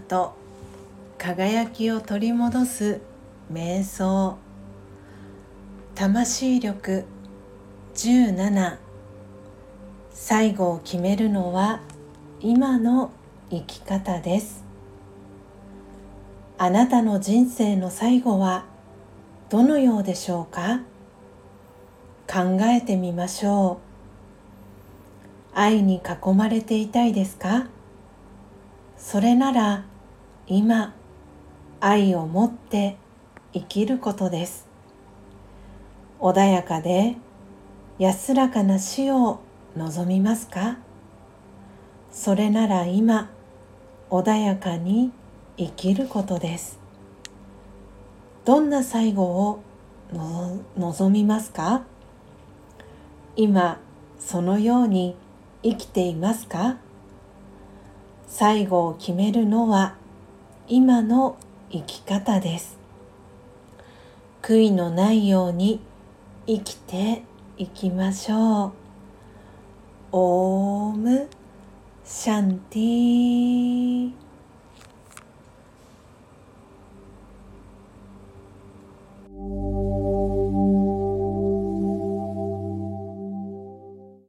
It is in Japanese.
と輝きを取り戻す瞑想。魂力17。最後を決めるのは今の生き方です。あなたの人生の最後はどのようでしょうか？考えてみましょう。愛に囲まれていたいですか？それなら今、愛を持って生きることです。穏やかで安らかな死を望みますか？それなら今、穏やかに生きることです。どんな最後を望みますか？今、そのように生きていますか？最後を決めるのは今の生き方です。悔いのないように生きていきましょう。オームシャンティー。